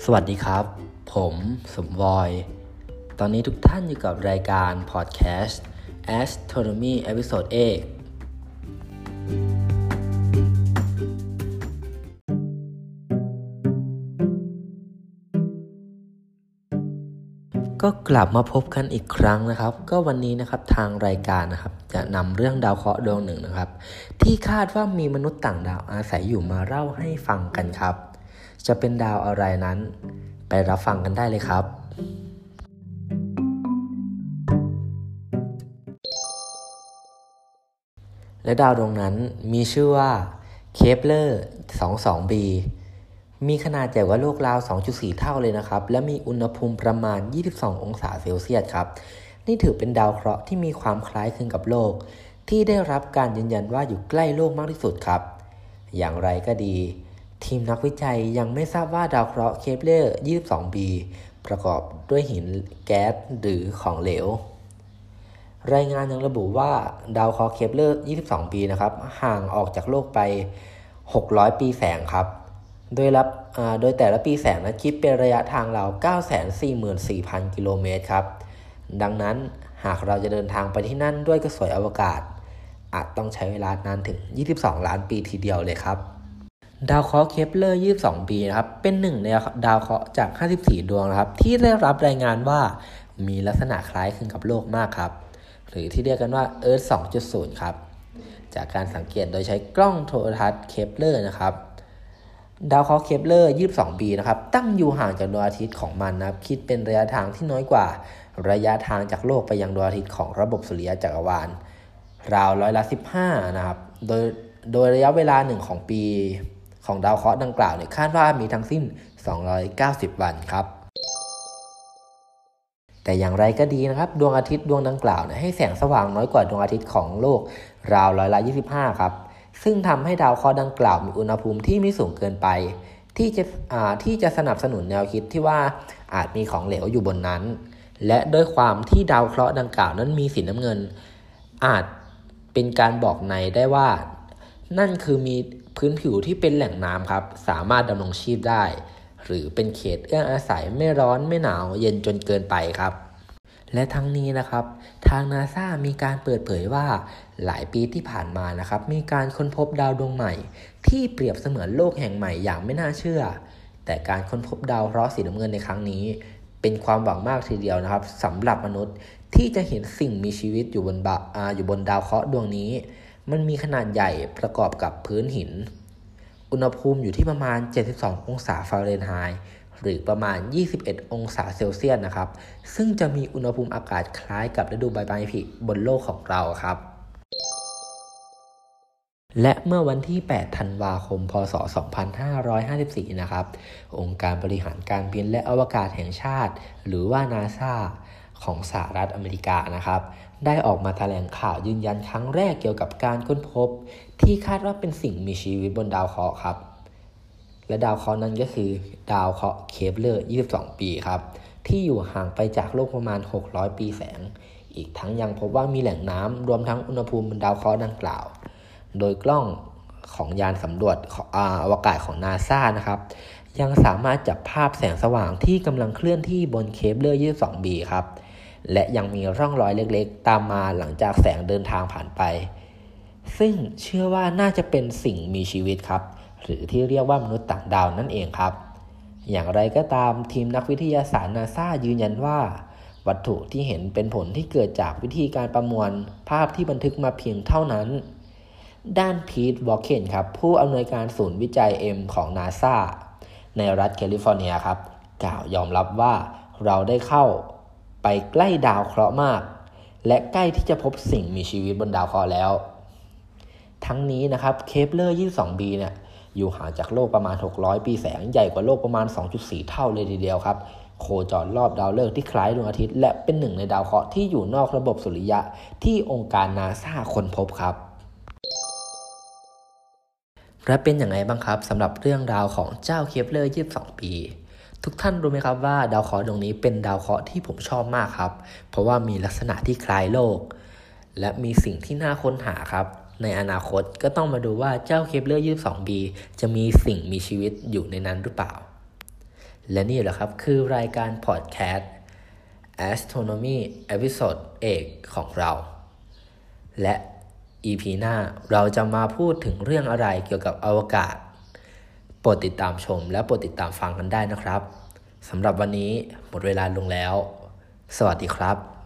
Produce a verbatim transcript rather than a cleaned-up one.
วัสดีครับผมสมวอยตอนนี้ทุกท่านอยู่กับรายการพอดแคสต์ Astronomy Episode เอทก็กลับมาพบกันอีกครั้งนะครับก็วันนี้นะครับทางรายการนะครับจะนำเรื่องดาวเคราะห์ดวงหนึ่งนะครับที่คาดว่ามีมนุษย์ต่างดาวอาศัยอยู่มาเล่าให้ฟังกันครับจะเป็นดาวอะไรนั้นไปรับฟังกันได้เลยครับและดาวดวงนั้นมีชื่อว่าเคปเลอร์ สองสิบสอง บี มีขนาดใหญ่กว่าโลกราว สองจุดสี่ เท่าเลยนะครับและมีอุณหภูมิประมาณยี่สิบสององศาเซลเซียสครับนี่ถือเป็นดาวเคราะห์ที่มีความคล้ายคลึงกับโลกที่ได้รับการยืนยันว่าอยู่ใกล้โลกมากที่สุดครับอย่างไรก็ดีทีมนักวิจัยยังไม่ทราบว่าดาวเคราะห์เคปเลอร์ ยี่สิบสอง บี ประกอบด้วยหินแก๊สหรือของเหลวรายงานยังระบุว่าดาวเคราะห์เคปเลอร์ ยี่สิบสอง บี นะครับห่างออกจากโลกไปหกร้อยปีแสงครับโดยรับโดยแต่ละปีแสงนั้นคิดเป็นระยะทางราว เก้าแสนสี่หมื่นสี่พัน กิโลเมตรครับดังนั้นหากเราจะเดินทางไปที่นั่นด้วยกระสวยอวกาศอาจต้องใช้เวลานานถึงยี่สิบสองล้านปีทีเดียวเลยครับดาวเคราะห์เคปเลอร์ ยี่สิบสอง บี นะครับเป็นหนึ่งในดาวเคราะห์จากห้าสิบสี่ดวงนะครับที่ได้รับรายงานว่ามีลักษณะคล้ายคลึงกับโลกมากครับหรือที่เรียกกันว่า Earth สองจุดศูนย์ ครับจากการสังเกตโดยใช้กล้องโทรทัศน์เคปเลอร์นะครับดาวเคราะห์เคปเลอร์ ยี่สิบสอง บี นะครับตั้งอยู่ห่างจากดวงอาทิตย์ของมันนะครับคิดเป็นระยะทางที่น้อยกว่าระยะทางจากโลกไปยังดวงอาทิตย์ของระบบสุริยะจักรวาลราวร้อยละสิบห้านะครับโดยโดยระยะเวลาหนึ่งของปีของดาวเคราะห์ดังกล่าวเนี่ยคาดว่ามีทั้งสิ้นสองร้อยเก้าสิบวันครับแต่อย่างไรก็ดีนะครับดวงอาทิตย์ดวงดังกล่าวเนี่ยให้แสงสว่างน้อยกว่าดวงอาทิตย์ของโลกราวร้อยละยี่สิบห้าครับซึ่งทำให้ดาวเคราะห์ดังกล่าวมีอุณหภูมิที่ไม่สูงเกินไปที่จะอ่าที่จะสนับสนุนแนวคิดที่ว่าอาจมีของเหลวอยู่บนนั้นและด้วยความที่ดาวเคราะห์ดังกล่าวนั้นมีสีน้ำเงินอาจเป็นการบอกในได้ว่านั่นคือมีพื้นผิวที่เป็นแหล่งน้ำครับสามารถดำรงชีพได้หรือเป็นเขตเอื้ออาศัยไม่ร้อนไม่หนาวเย็นจนเกินไปครับและทั้งนี้นะครับทาง NASA มีการเปิดเผยว่าหลายปีที่ผ่านมานะครับมีการค้นพบดาวดวงใหม่ที่เปรียบเสมือนโลกแห่งใหม่อย่างไม่น่าเชื่อแต่การค้นพบดาวเคราะห์สีน้ำเงินในครั้งนี้เป็นความหวังมากทีเดียวนะครับสำหรับมนุษย์ที่จะเห็นสิ่งมีชีวิตอยู่บนบะอ่าอยู่บนดาวเคราะห์ดวงนี้มันมีขนาดใหญ่ประกอบกับพื้นหินอุณหภูมิอยู่ที่ประมาณเจ็ดสิบสององศาฟาเรนไฮต์หรือประมาณยี่สิบเอ็ดองศาเซลเซียสนะครับซึ่งจะมีอุณหภูมิอากาศคล้ายกับฤดูใบไม้ผลิบนโลกของเราครับและเมื่อวันที่แปดธันวาคมพ.ศ. สองพันห้าร้อยห้าสิบสี่นะครับองค์การบริหารการบินและอวกาศแห่งชาติหรือว่า NASA ของสหรัฐอเมริกานะครับได้ออกมาแถลงข่าวยืนยันครั้งแรกเกี่ยวกับการค้นพบที่คาดว่าเป็นสิ่งมีชีวิตบนดาวเคราะห์ครับและดาวเคราะห์นั้นก็คือดาวเคราะห์เคปเลอร์ ยี่สิบสอง บี ครับที่อยู่ห่างไปจากโลกประมาณหกร้อยปีแสงอีกทั้งยังพบว่ามีแหล่งน้ำรวมทั้งอุณหภูมิบนดาวเคราะห์ดังกล่าวโดยกล้องของยานสำรวจอวกาศของ NASA นะครับยังสามารถจับภาพแสงสว่างที่กำลังเคลื่อนที่บนเคปเลอร์ ยี่สิบสอง บี ครับและยังมีร่องรอยเล็กๆตามมาหลังจากแสงเดินทางผ่านไปซึ่งเชื่อว่าน่าจะเป็นสิ่งมีชีวิตครับหรือที่เรียกว่ามนุษย์ต่างดาวนั่นเองครับอย่างไรก็ตามทีมนักวิทยาศาสตร์ NASA ยืนยันว่าวัตถุที่เห็นเป็นผลที่เกิดจากวิธีการประมวลภาพที่บันทึกมาเพียงเท่านั้นด้านพีท วอลเคนครับผู้อำนวยการศูนย์วิจัย M ของ NASA ในรัฐแคลิฟอร์เนียครับกล่าวยอมรับว่าเราได้เข้าไปใกล้ดาวเคราะห์มากและใกล้ที่จะพบสิ่งมีชีวิตบนดาวเคราะห์แล้วทั้งนี้นะครับเคปเลอร์ ยี่สิบสอง บี เนี่ยอยู่ห่างจากโลกประมาณหกร้อยปีแสงใหญ่กว่าโลกประมาณ สองจุดสี่ เท่าเลยทีเดียวครับโคจรรอบดาวฤกษ์ที่คล้ายดวงอาทิตย์และเป็นหนึ่งในดาวเคราะห์ที่อยู่นอกระบบสุริยะที่องค์การ NASA ค้นพบครับและเป็นอย่างไรบ้างครับสำหรับเรื่องราวของเจ้าเคปเลอร์ ยี่สิบสอง บี ทุกท่านรู้ไหมครับว่าดาวเคราะห์ดวงนี้เป็นดาวเคราะห์ที่ผมชอบมากครับเพราะว่ามีลักษณะที่คล้ายโลกและมีสิ่งที่น่าค้นหาครับในอนาคตก็ต้องมาดูว่าเจ้าเคปเลอร์ ยี่สิบสอง บี จะมีสิ่งมีชีวิตอยู่ในนั้นหรือเปล่าและนี่แหละครับคือรายการพอดแคสต์ Astronomy เอพิโซดเอกของเราและ อี พี หน้าเราจะมาพูดถึงเรื่องอะไรเกี่ยวกับอวกาศโปรดติดตามชมและโปรดติดตามฟังกันได้นะครับสำหรับวันนี้หมดเวลาลงแล้วสวัสดีครับ